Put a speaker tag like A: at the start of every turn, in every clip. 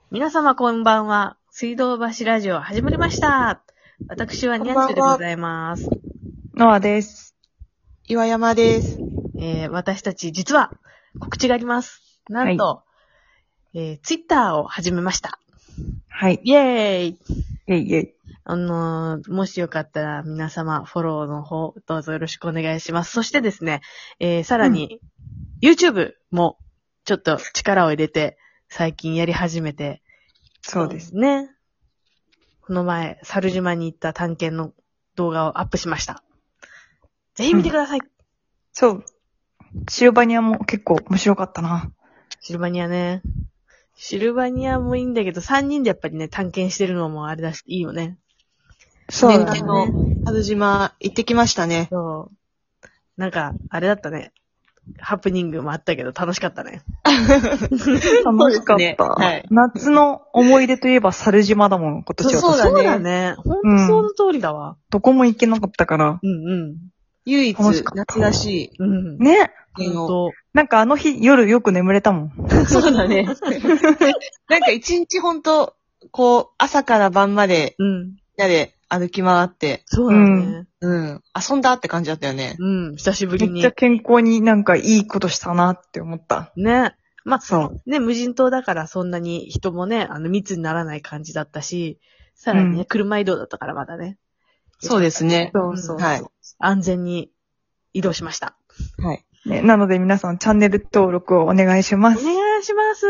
A: 皆様こんばんは。水道橋ラジオ始まりました。私はニャンチュでございます。
B: ノアです。
C: 岩山です。
A: 私たち実は告知があります。なんと、ツイッターを始めました。
B: はい。
A: イェーイ。
B: イェイイェイ。
A: もしよかったら皆様フォローの方どうぞよろしくお願いします。そしてですね、さらに、YouTube もちょっと力を入れて最近やり始めて、
B: そうです
A: ね。この前、猿島に行った探検の動画をアップしました。ぜひ見てください。
B: そう。シルバニアも結構面白かったな。
A: シルバニアね。シルバニアもいいんだけど、3人でやっぱりね、探検してるのもあれだし、いいよね。
B: そうだね。
C: 猿島行ってきましたね。
A: そう。なんか、あれだったね。ハプニングもあったけど、楽しかったね。
B: 楽しかった。
C: ね、はい。
B: 夏の思い出といえば猿島だもん、今年は。
A: そうだね。ほんとその通りだわ。
B: どこも行けなかったから。
A: うんうん。
C: 唯一、夏らしい。
A: うん。
B: ね。
A: ほんと。
B: なんかあの日、夜よく眠れたもん。
C: そうだね。なんか一日ほんと、こう、朝から晩まで、みんなで歩き回って。
A: そうだね。
C: 遊んだって感じだったよね。
A: 久しぶりに。
B: めっちゃ健康になんかいいことしたなって思った。
A: ね。まあ、
B: そう。
A: ね、無人島だからそんなに人もね、密にならない感じだったし、さらにね、車移動だったからまだね。
C: そうですね。
B: そう。
C: はい。
A: 安全に移動しました。
C: はい。
B: ね、なので皆さんチャンネル登録をお願いします。
A: お願いします。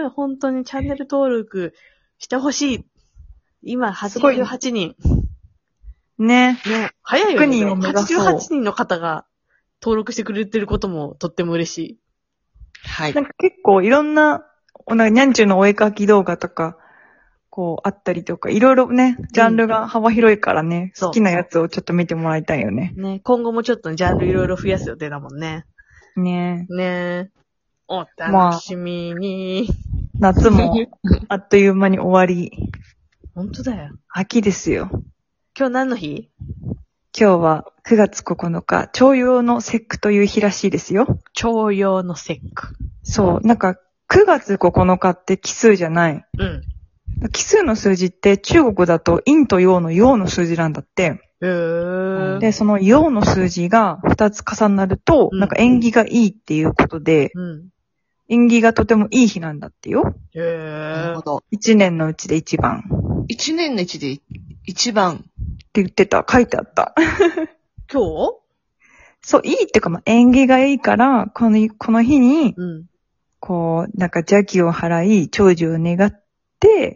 A: 本当にチャンネル登録してほしい。今、88人。
B: ね。
A: 早いよね。
B: 100人を目指そう。
A: 88人の方が登録してくれてることもとっても嬉しい。
C: はい。
B: なんか結構いろんな、ニャンチュのお絵描き動画とか、こうあったりとか、いろいろね、ジャンルが幅広いからね、好きなやつをちょっと見てもらいたいよね。
A: ね、今後もちょっとジャンルいろいろ増やす予定だもんね。
B: ね
A: お楽しみに。
B: 夏もあっという間に終わり。
A: 本当だよ。
B: 秋ですよ。
A: 今日何の日？
B: 今日は9月9日、徴用の節句という日らしいですよ。
A: 徴用の節句。
B: そう、なんか9月9日って奇数じゃない。奇数の数字って中国だと陰と陽の陽の数字なんだって。で、その陽の数字が2つ重なると、なんか縁起がいいっていうことで、縁起がとてもいい日なんだってよ。
C: なるほど。
B: 1年のうちで一番。
C: 1年のうちで一番
B: って言ってた。書いてあった。
A: 今日？
B: そう、いいっていうか、縁起がいいから、この日に、こう、なんか邪気を払い、長寿を願って、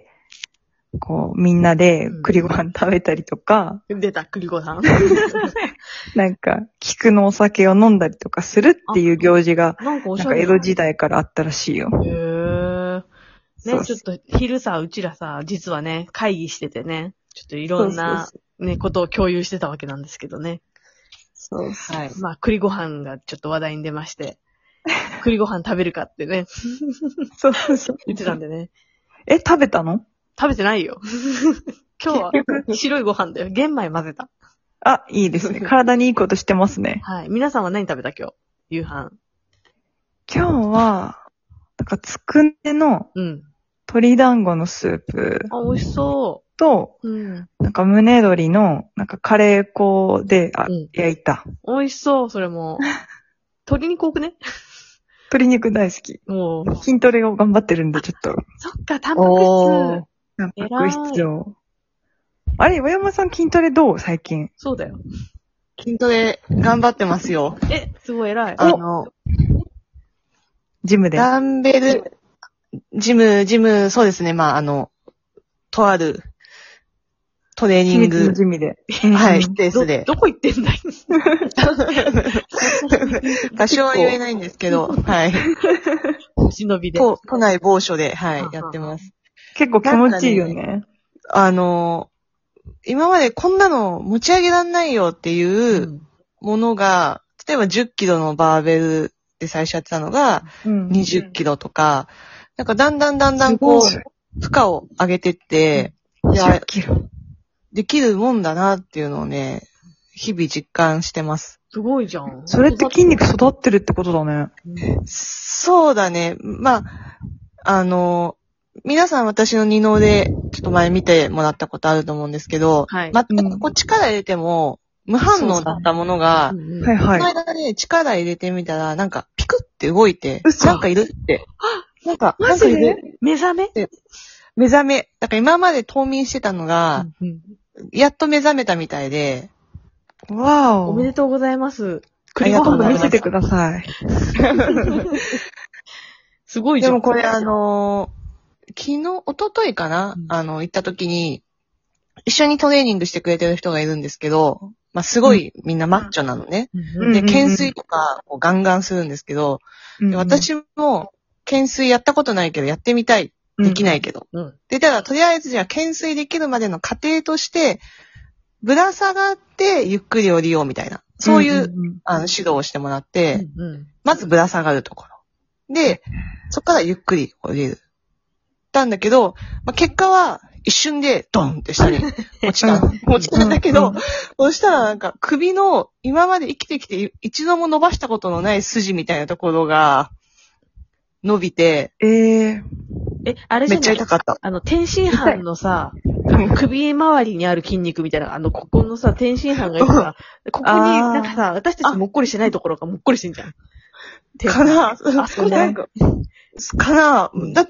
B: こう、みんなで栗ご飯食べたりとか。
A: 出た、栗ご飯。
B: なんか、菊のお酒を飲んだりとかするっていう行事が、なんか江戸時代からあったらしいよ。
A: ね、ちょっと昼さ、うちらさ、実はね、会議しててね、ちょっといろんなね、ことを共有してたわけなんですけどね。
B: そう。
C: はい。
A: まあ、栗ご飯がちょっと話題に出まして、栗ご飯食べるかってね。
B: そう。
A: 言ってたんでね。
B: 食べたの？
A: 食べてないよ。今日は白いご飯だよ。玄米混ぜた。
B: あ、いいですね。体にいいことしてますね。
A: はい。皆さんは何食べた今日？夕飯。
B: 今日は、なんかつくねの、鶏団子のスープ。
A: あ、美味しそう。
B: と、なんか胸鶏の、なんかカレー粉で、焼いた。
A: 美味しそう、それも。鶏肉多くね？
B: 鶏肉大好き。
A: もう。
B: 筋トレを頑張ってるんで、ちょっと。
A: そっか、タンパク質。
B: タンパク質を。あれ、岩山さん筋トレどう？最近。
A: そうだよ。
C: 筋トレ頑張ってますよ。
A: すごい偉い。
B: ジムで。
C: ダンベル、ジム、そうですね。とあるトレーニング。
B: ジムで。
C: はい、スペースで。
A: どこ行ってんだい？
C: 場所は言えないんですけど、はい。
A: 忍びで。
C: 都内某所で、はい、やってます。
B: 結構気持ちいいよね。
C: 今までこんなの持ち上げらんないよっていうものが、例えば10キロのバーベルで最初やってたのが、20キロとか、なんかだんだんこう、負荷を上げてって、
B: 10キロ。
C: できるもんだなっていうのをね、日々実感してます。
A: すごいじゃん。
B: それって筋肉育ってるってことだね。
C: そうだね。 皆さん私の二の腕、ちょっと前見てもらったことあると思うんですけど、
A: はい。
C: 全くこう力入れても、無反応だったものが、
B: はいはい。
C: この間ね、力入れてみたら、なんか、ピクって動いて、なんかいるって。なんかいる。
A: 目覚め。
C: だから今まで冬眠してたのが、やっと目覚めたみたいで。
B: わお。
A: おめでとうございます。
B: クリボー見せてください。
A: すごいじゃん。
C: でもこれ一昨日かな、行った時に、一緒にトレーニングしてくれてる人がいるんですけど、まあ、すごいみんなマッチョなのね。で、懸垂とかをガンガンするんですけど、私も懸垂やったことないけどやってみたい。できないけど。で、ただとりあえずじゃあ懸垂できるまでの過程として、ぶら下がってゆっくり降りようみたいな。そういう、指導をしてもらって、まずぶら下がるところ。で、そこからゆっくり降りる。たんだけど、まあ、結果は一瞬でドンって下に落ちたんだけど、そしたらなんか首の今まで生きてきて一度も伸ばしたことのない筋みたいなところが伸びて、
A: あれじゃない？めっ
C: ちゃ痛かった。
A: 天津飯のさ、首周りにある筋肉みたいな、ここのさ、天津飯がいるさ、ここに、なんかさ、私たちもっこりしてないところがもっこりしてんじゃん。
C: かなあそこなんか、かなだって、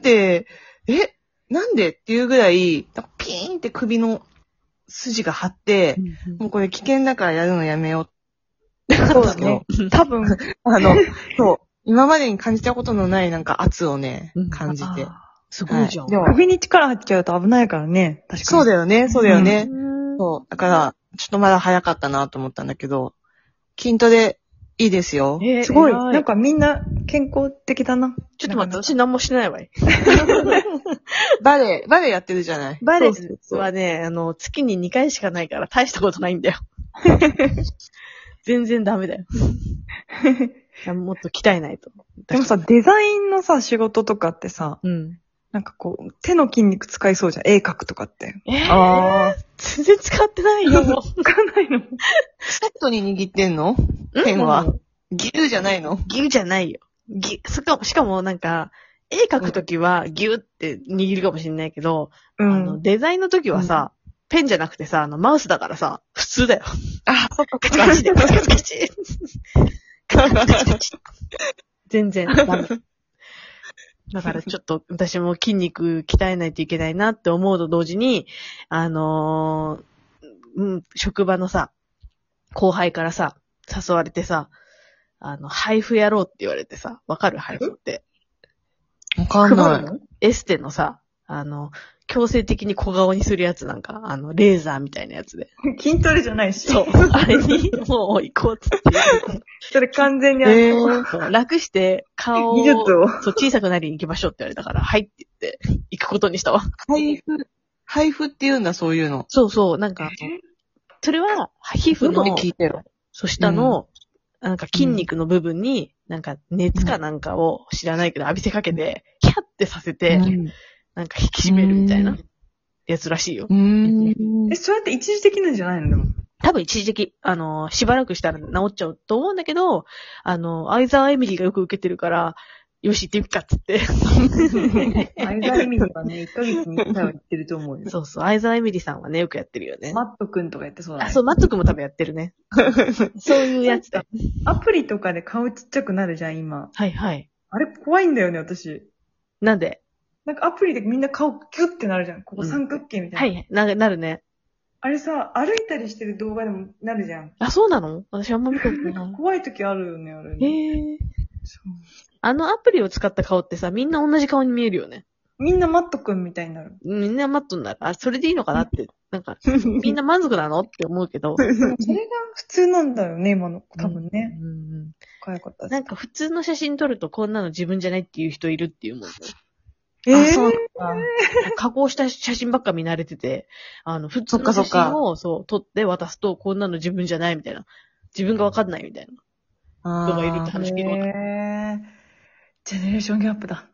C: なんでっていうぐらい、ピーンって首の筋が張って、もうこれ危険だからやるのやめよう。
B: そうだね。多分、
C: そう。今までに感じたことのないなんか圧をね、感じて。
A: すごいじゃん。
B: でも首に力入っちゃうと危ないからね。確かに。
C: そうだよね。そう。だから、ちょっとまだ早かったなと思ったんだけど、筋トレいいですよ。
B: すごい。なんかみんな健康的だな。
A: ちょっと待って、私何もしてないわい。
C: バレエやってるじゃない。
A: バレエはね、月に2回しかないから大したことないんだよ。全然ダメだよ。もっと鍛えないと。
B: でもさ、デザインのさ、仕事とかってさ、なんかこう、手の筋肉使いそうじゃん。絵描くとかって。
A: 全然使ってないよ。
B: 使わないの。
C: セットに握ってんの？ペンは。ギューじゃないの？
A: ギューじゃないよ。しかもなんか、絵描くときはギューって握るかもしれないけど、デザインのときはさ、ペンじゃなくてさ、マウスだからさ、普通だよ。
C: そっか。
A: カチカチで、カチカチ。全然ダメ。だからちょっと私も筋肉鍛えないといけないなって思うと同時に、職場のさ、後輩からさ、誘われてさ、配布やろうって言われてさ、わかる配布って。
C: わかんない。
A: エステのさ、強制的に小顔にするやつなんか、レーザーみたいなやつで。
B: 筋トレじゃないし。
A: そう。あれに、もう行こうっつって。
B: それ完全に
A: 楽して顔を、
B: 技術を。
A: そう、小さくなりに行きましょうって言われたから、はいって言って、行くことにしたわ。
C: 配布って言うんだ、そういうの。
A: そう、なんか、それは、皮膚の、
C: 聞いてよ。
A: 下の、なんか筋肉の部分に、なんか熱かなんかを知らないけど浴びせかけて、キャッてさせて、なんか引き締めるみたいなやつらしいよ。
B: それって一時的なんじゃないのでも。
A: 多分一時的、しばらくしたら治っちゃうと思うんだけど、相沢エミリがよく受けてるから、よし行ってみっかっつって。
B: 相沢エミリはね、1ヶ月に1回は行ってると思うよ。
A: そう、相沢エミリさんはね、よくやってるよね。
B: マットくんとかやってそうだね。
A: そう、マットくんも多分やってるね。そういうやつだ。
B: アプリとかで顔ちっちゃくなるじゃん、今。
A: はい。
B: あれ怖いんだよね、私。
A: なんで？
B: なんかアプリでみんな顔キュッてなるじゃん。ここ三角形みたい
A: な。はい、なるね。
B: あれさ、歩いたりしてる動画でもなるじゃん。
A: そうなの？私あんま見たことない。
B: 怖い時あるよね、あれ。
A: そう。アプリを使った顔ってさ、みんな同じ顔に見えるよね。
B: みんなマットくんみたいになる。
A: みんなマットになる。それでいいのかなって。なんか、みんな満足なのって思うけど。
B: それが普通なんだよね、今の。多分ね。かわいかったです。
A: なんか普通の写真撮るとこんなの自分じゃないっていう人いるっていうもんね。
B: そう
A: 加工した写真ばっか見慣れてて、普通の写真を撮って渡すと、こんなの自分じゃないみたいな。自分がわかんないみたいな。人がいるって話聞いたことある。
B: ジェネレーションギャップだ。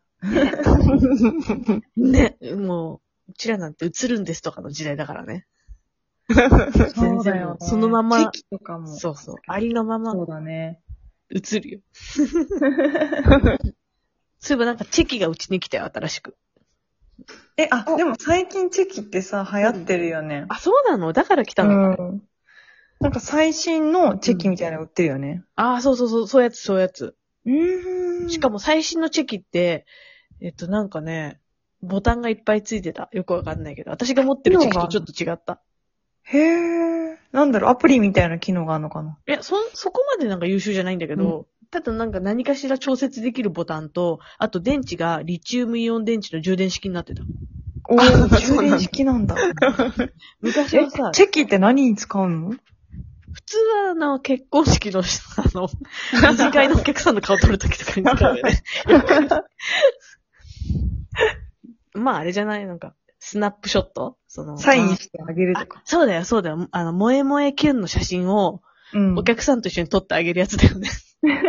A: ね、もう、うちらなんて映るんですとかの時代だからね。
B: そうだよ、ね。
A: そのまま。
B: チェキとかも。
A: そう。ありのまま。
B: そうだね。
A: 映るよ。そういえばなんかチェキがうちに来たよ、新しく。
B: でも最近チェキってさ、流行ってるよね。
A: あ、そうなの？だから来たの？
B: なんか最新のチェキみたいなの売ってるよね。
A: そういうやつ、そういうやつ。しかも最新のチェキって、なんかね、ボタンがいっぱいついてた。よくわかんないけど。私が持ってるチェキとちょっと違った。
B: へー。なんだろう、アプリみたいな機能があるのかな？
A: いや、そこまでなんか優秀じゃないんだけど、ただなんか何かしら調節できるボタンと、あと電池がリチウムイオン電池の充電式になってた。
B: 充電式なんだ。
A: 昔はさ、
B: チェキって何に使うの？
A: 普通は結婚式の、二次会のお客さんの顔撮るときとかに使うよね。まああれじゃない？なんか、スナップショット？
B: サインしてあげるとか。
A: そうだよ。萌え萌えキュンの写真を、お客さんと一緒に撮ってあげるやつだよね。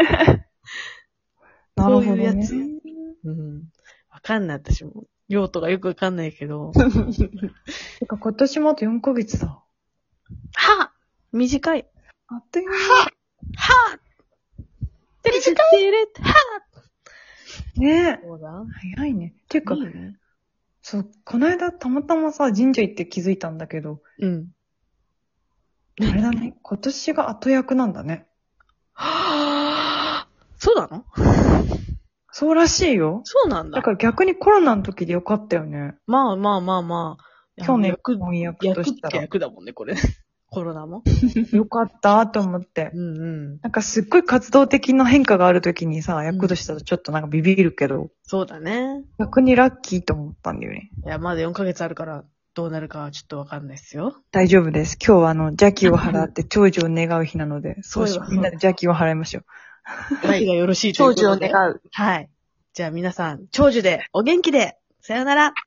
B: なるほどね。
A: そういうやつ。わかんない、私も。用途がよくわかんないけど。
B: てか今年もあと4ヶ月だ。
A: は！短い。
B: あっという間。
A: は！
B: 短い！
A: は！
B: ねえ。
A: そうだ。
B: 早いね。ていうか、そう、この間たまたまさ、神社行って気づいたんだけど。あれだね。今年が後役なんだね。
A: はぁー。そうなの？
B: そうらしいよ。
A: そうなんだ。
B: だから逆にコロナの時でよかったよね。
A: まあ。
B: 去年翻訳としたら。
A: 役だもんね、これ。コロナも。
B: よかったと思って。なんかすっごい活動的な変化がある時にさ、役としたらちょっとなんかビビるけど。
A: そうだね。
B: 逆にラッキーと思ったんだよね。
A: いや、まだ4ヶ月あるからどうなるかはちょっとわかんないですよ。
B: 大丈夫です。今日は邪気を払って長寿を願う日なので、そうしよう。みんなで邪気を払いましょ
A: う。はい。がよろしいということで。
C: 長寿を願う。
A: はい。じゃあ皆さん、長寿でお元気で、さよなら。